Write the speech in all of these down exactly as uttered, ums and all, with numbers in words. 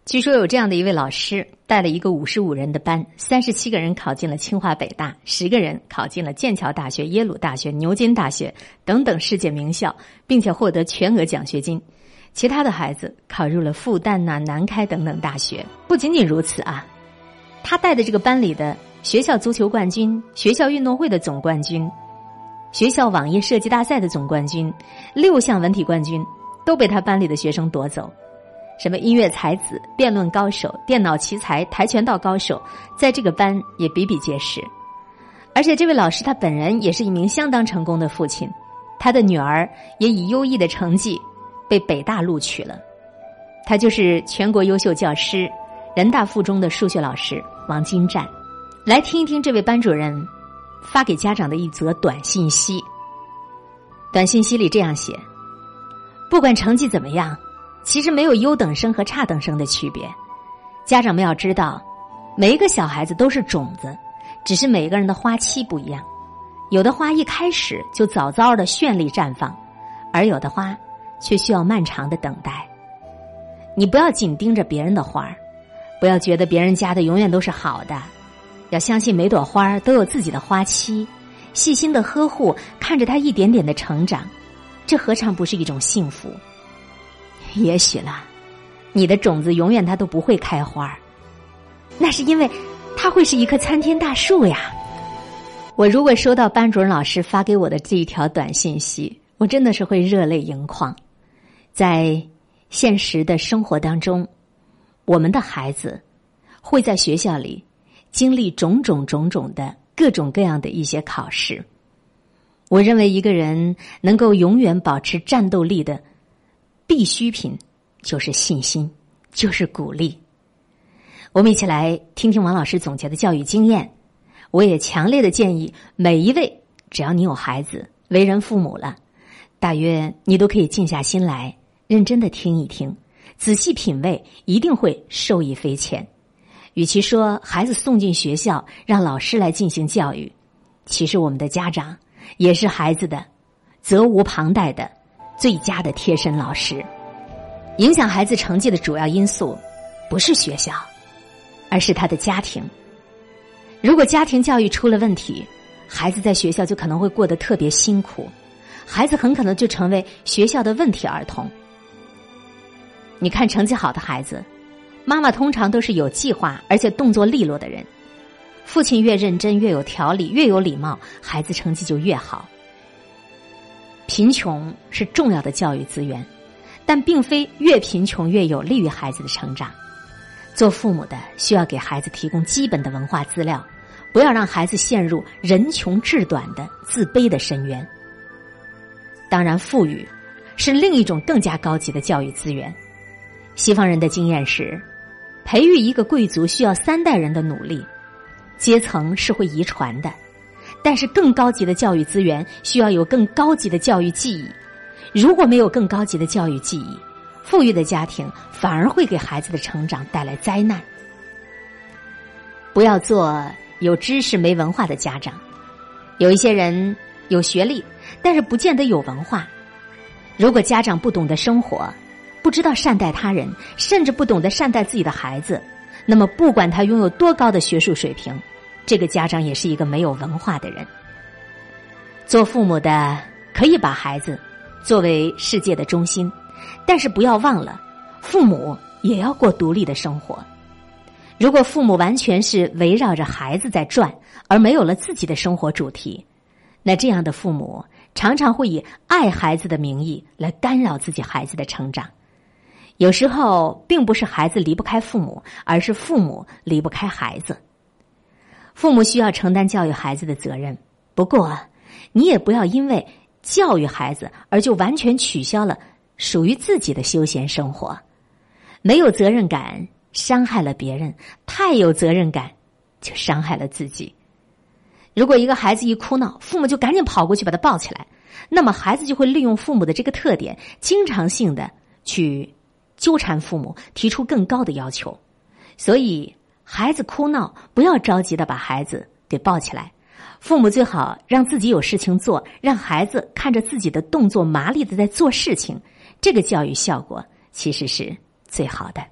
据说有这样的一位老师，带了一个五十五人的班，三十七个人考进了清华北大，十个人考进了剑桥大学、耶鲁大学、牛津大学等等世界名校，并且获得全额奖学金。其他的孩子考入了复旦呐、南开等等大学。不仅仅如此啊，他带的这个班里的学校足球冠军、学校运动会的总冠军、学校网页设计大赛的总冠军、六项文体冠军都被他班里的学生夺走。什么音乐才子、辩论高手、电脑奇才、跆拳道高手，在这个班也比比皆是。而且这位老师他本人也是一名相当成功的父亲，他的女儿也以优异的成绩被北大录取了。他就是全国优秀教师、人大附中的数学老师王金战。来听一听这位班主任发给家长的一则短信息。短信息里这样写：不管成绩怎么样，其实没有优等生和差等生的区别。家长们要知道，每一个小孩子都是种子，只是每个人的花期不一样。有的花一开始就早早的绚丽绽放，而有的花却需要漫长的等待。你不要紧盯着别人的花，不要觉得别人家的永远都是好的，要相信每朵花都有自己的花期，细心的呵护，看着它一点点的成长，这何尝不是一种幸福？也许啦，你的种子永远它都不会开花，那是因为它会是一棵参天大树呀。我如果收到班主任老师发给我的这一条短信息，我真的是会热泪盈眶。在现实的生活当中，我们的孩子会在学校里经历种种种种的各种各样的一些考试。我认为一个人能够永远保持战斗力的必需品就是信心，就是鼓励。我们一起来听听王老师总结的教育经验。我也强烈的建议每一位，只要你有孩子，为人父母了，大约你都可以静下心来，认真的听一听，仔细品味，一定会受益匪浅。与其说孩子送进学校让老师来进行教育，其实我们的家长也是孩子的责无旁贷的最佳的贴身老师。影响孩子成绩的主要因素不是学校，而是他的家庭。如果家庭教育出了问题，孩子在学校就可能会过得特别辛苦，孩子很可能就成为学校的问题儿童。你看成绩好的孩子，妈妈通常都是有计划而且动作利落的人，父亲越认真越有条理越有礼貌，孩子成绩就越好。贫穷是重要的教育资源，但并非越贫穷越有利于孩子的成长。做父母的需要给孩子提供基本的文化资料，不要让孩子陷入人穷志短的自卑的深渊。当然，富裕是另一种更加高级的教育资源。西方人的经验是，培育一个贵族需要三代人的努力，阶层是会遗传的，但是更高级的教育资源需要有更高级的教育技艺。如果没有更高级的教育技艺，富裕的家庭反而会给孩子的成长带来灾难。不要做有知识没文化的家长。有一些人有学历，但是不见得有文化。如果家长不懂得生活，不知道善待他人，甚至不懂得善待自己的孩子，那么不管他拥有多高的学术水平，这个家长也是一个没有文化的人。做父母的可以把孩子作为世界的中心，但是不要忘了，父母也要过独立的生活。如果父母完全是围绕着孩子在转，而没有了自己的生活主题，那这样的父母常常会以爱孩子的名义来干扰自己孩子的成长。有时候并不是孩子离不开父母，而是父母离不开孩子。父母需要承担教育孩子的责任，不过你也不要因为教育孩子而就完全取消了属于自己的休闲生活。没有责任感伤害了别人，太有责任感就伤害了自己。如果一个孩子一哭闹，父母就赶紧跑过去把他抱起来，那么孩子就会利用父母的这个特点，经常性的去纠缠父母，提出更高的要求。所以孩子哭闹，不要着急的把孩子给抱起来，父母最好让自己有事情做，让孩子看着自己的动作麻利的在做事情，这个教育效果其实是最好的。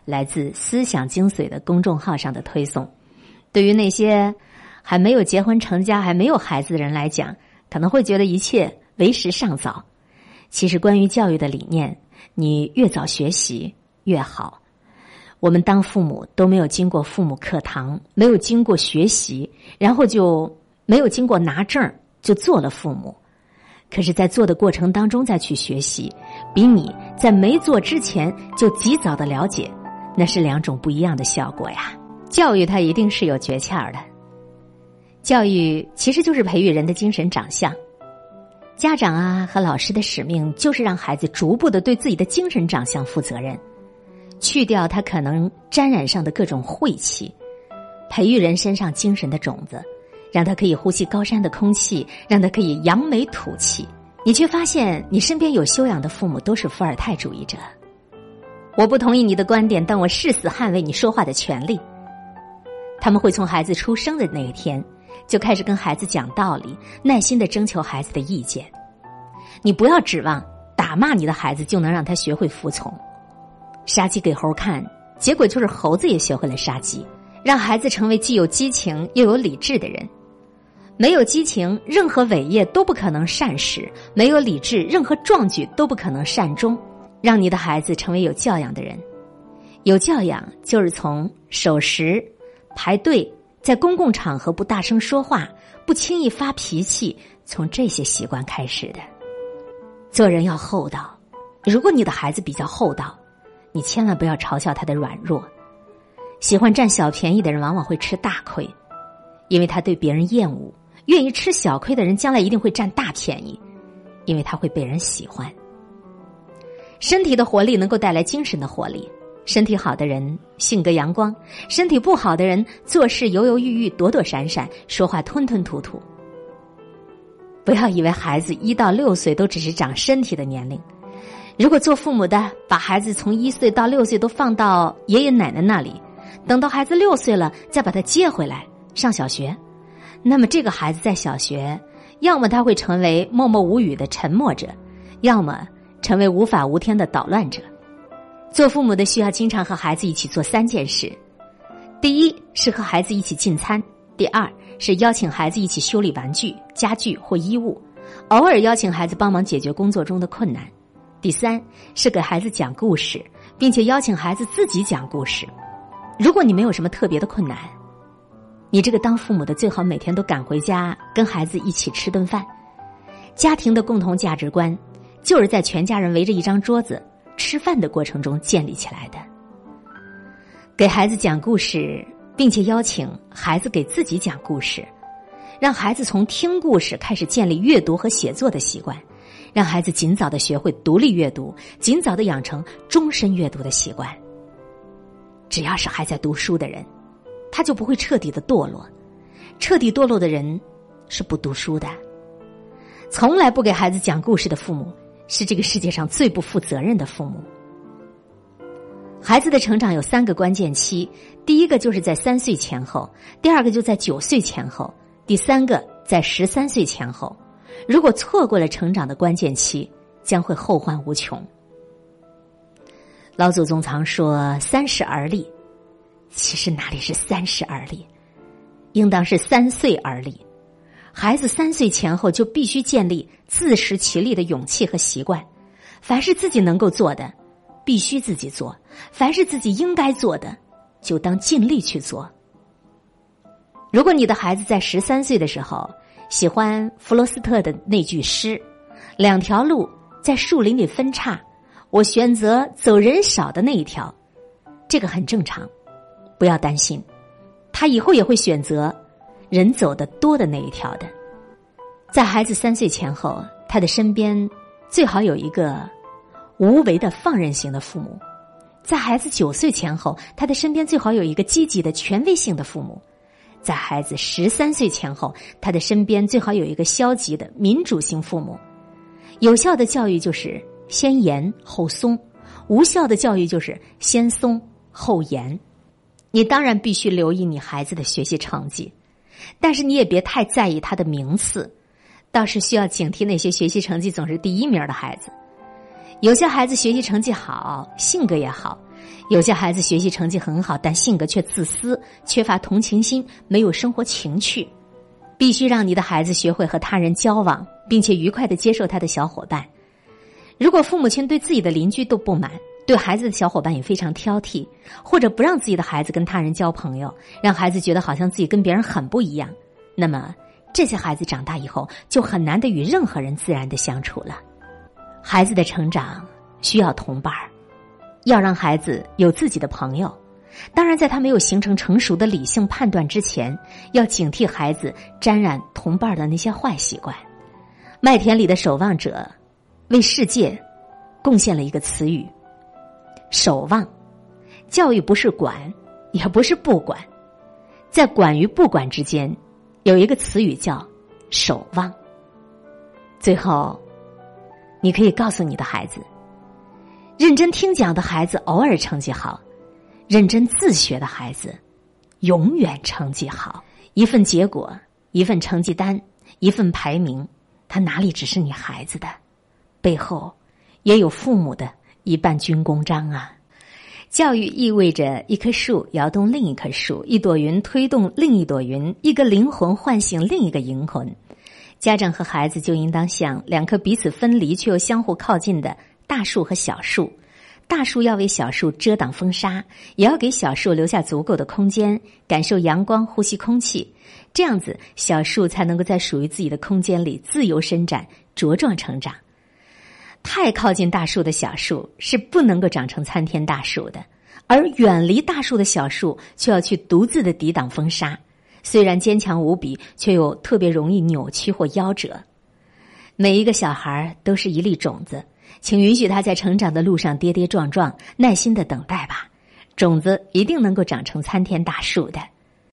来自思想精髓的公众号上的推送。对于那些还没有结婚成家还没有孩子的人来讲，可能会觉得一切为时尚早。其实关于教育的理念，你越早学习越好。我们当父母都没有经过父母课堂，没有经过学习，然后就没有经过拿证就做了父母。可是在做的过程当中再去学习，比你在没做之前就及早的了解，那是两种不一样的效果呀。教育它一定是有诀窍的。教育其实就是培育人的精神长相。家长啊和老师的使命就是让孩子逐步的对自己的精神长相负责任，去掉他可能沾染上的各种晦气，培育人身上精神的种子，让他可以呼吸高山的空气，让他可以扬眉吐气。你却发现你身边有修养的父母都是伏尔泰主义者。我不同意你的观点，但我誓死捍卫你说话的权利。他们会从孩子出生的那一天就开始跟孩子讲道理，耐心地征求孩子的意见。你不要指望打骂你的孩子就能让他学会服从。杀鸡给猴看，结果就是猴子也学会了杀鸡。让孩子成为既有激情又有理智的人。没有激情，任何伟业都不可能善始；没有理智，任何壮举都不可能善终。让你的孩子成为有教养的人。有教养就是从守时、排队，在公共场合不大声说话，不轻易发脾气，从这些习惯开始的。做人要厚道，如果你的孩子比较厚道，你千万不要嘲笑他的软弱。喜欢占小便宜的人往往会吃大亏，因为他对别人厌恶；愿意吃小亏的人将来一定会占大便宜，因为他会被人喜欢。身体的活力能够带来精神的活力，身体好的人性格阳光，身体不好的人做事犹犹豫豫，躲躲闪闪，说话吞吞吐吐。不要以为孩子一到六岁都只是长身体的年龄，如果做父母的把孩子从一岁到六岁都放到爷爷奶奶那里，等到孩子六岁了再把他接回来上小学，那么这个孩子在小学，要么他会成为默默无语的沉默者，要么成为无法无天的捣乱者。做父母的需要经常和孩子一起做三件事：第一是和孩子一起进餐，第二是邀请孩子一起修理玩具、家具或衣物，偶尔邀请孩子帮忙解决工作中的困难；第三是给孩子讲故事，并且邀请孩子自己讲故事。如果你没有什么特别的困难，你这个当父母的最好每天都赶回家跟孩子一起吃顿饭。家庭的共同价值观就是在全家人围着一张桌子吃饭的过程中建立起来的。给孩子讲故事，并且邀请孩子给自己讲故事，让孩子从听故事开始建立阅读和写作的习惯，让孩子尽早的学会独立阅读，尽早的养成终身阅读的习惯。只要是还在读书的人，他就不会彻底的堕落。彻底堕落的人是不读书的。从来不给孩子讲故事的父母，是这个世界上最不负责任的父母。孩子的成长有三个关键期，第一个就是在三岁前后，第二个就在九岁前后，第三个在十三岁前后。如果错过了成长的关键期，将会后患无穷。老祖宗常说三十而立，其实哪里是三十而立，应当是三岁而立。孩子三岁前后就必须建立自食其力的勇气和习惯，凡是自己能够做的必须自己做，凡是自己应该做的就当尽力去做。如果你的孩子在十三岁的时候喜欢弗罗斯特的那句诗，两条路在树林里分岔，我选择走人少的那一条，这个很正常，不要担心，他以后也会选择人走得多的那一条的。在孩子三岁前后，他的身边最好有一个无为的放任型的父母；在孩子九岁前后，他的身边最好有一个积极的权威性的父母；在孩子十三岁前后，他的身边最好有一个消极的民主型父母。有效的教育就是先严后松，无效的教育就是先松后严。你当然必须留意你孩子的学习成绩，但是你也别太在意他的名次，倒是需要警惕那些学习成绩总是第一名的孩子。有些孩子学习成绩好，性格也好， 有些孩子学习成绩很好，但性格却自私，缺乏同情心，没有生活情趣。必须让你的孩子学会和他人交往，并且愉快地接受他的小伙伴。如果父母亲对自己的邻居都不满，对孩子的小伙伴也非常挑剔，或者不让自己的孩子跟他人交朋友，让孩子觉得好像自己跟别人很不一样，那么这些孩子长大以后就很难地与任何人自然地相处了。孩子的成长需要同伴，要让孩子有自己的朋友。当然，在他没有形成成熟的理性判断之前，要警惕孩子沾染同伴的那些坏习惯。麦田里的守望者为世界贡献了一个词语：守望。教育不是管，也不是不管，在管与不管之间有一个词语叫守望。最后，你可以告诉你的孩子，认真听讲的孩子偶尔成绩好，认真自学的孩子永远成绩好。一份结果，一份成绩单，一份排名，它哪里只是你孩子的，背后也有父母的一半军功章啊。教育意味着一棵树摇动另一棵树，一朵云推动另一朵云，一个灵魂唤醒另一个灵魂。家长和孩子就应当像两棵彼此分离却又相互靠近的大树和小树。大树要为小树遮挡风沙，也要给小树留下足够的空间，感受阳光，呼吸空气。这样子，小树才能够在属于自己的空间里自由伸展，茁壮成长。太靠近大树的小树是不能够长成参天大树的，而远离大树的小树却要去独自的抵挡风沙，虽然坚强无比，却又特别容易扭曲或夭折。每一个小孩都是一粒种子，请允许他在成长的路上跌跌撞撞，耐心的等待吧，种子一定能够长成参天大树的。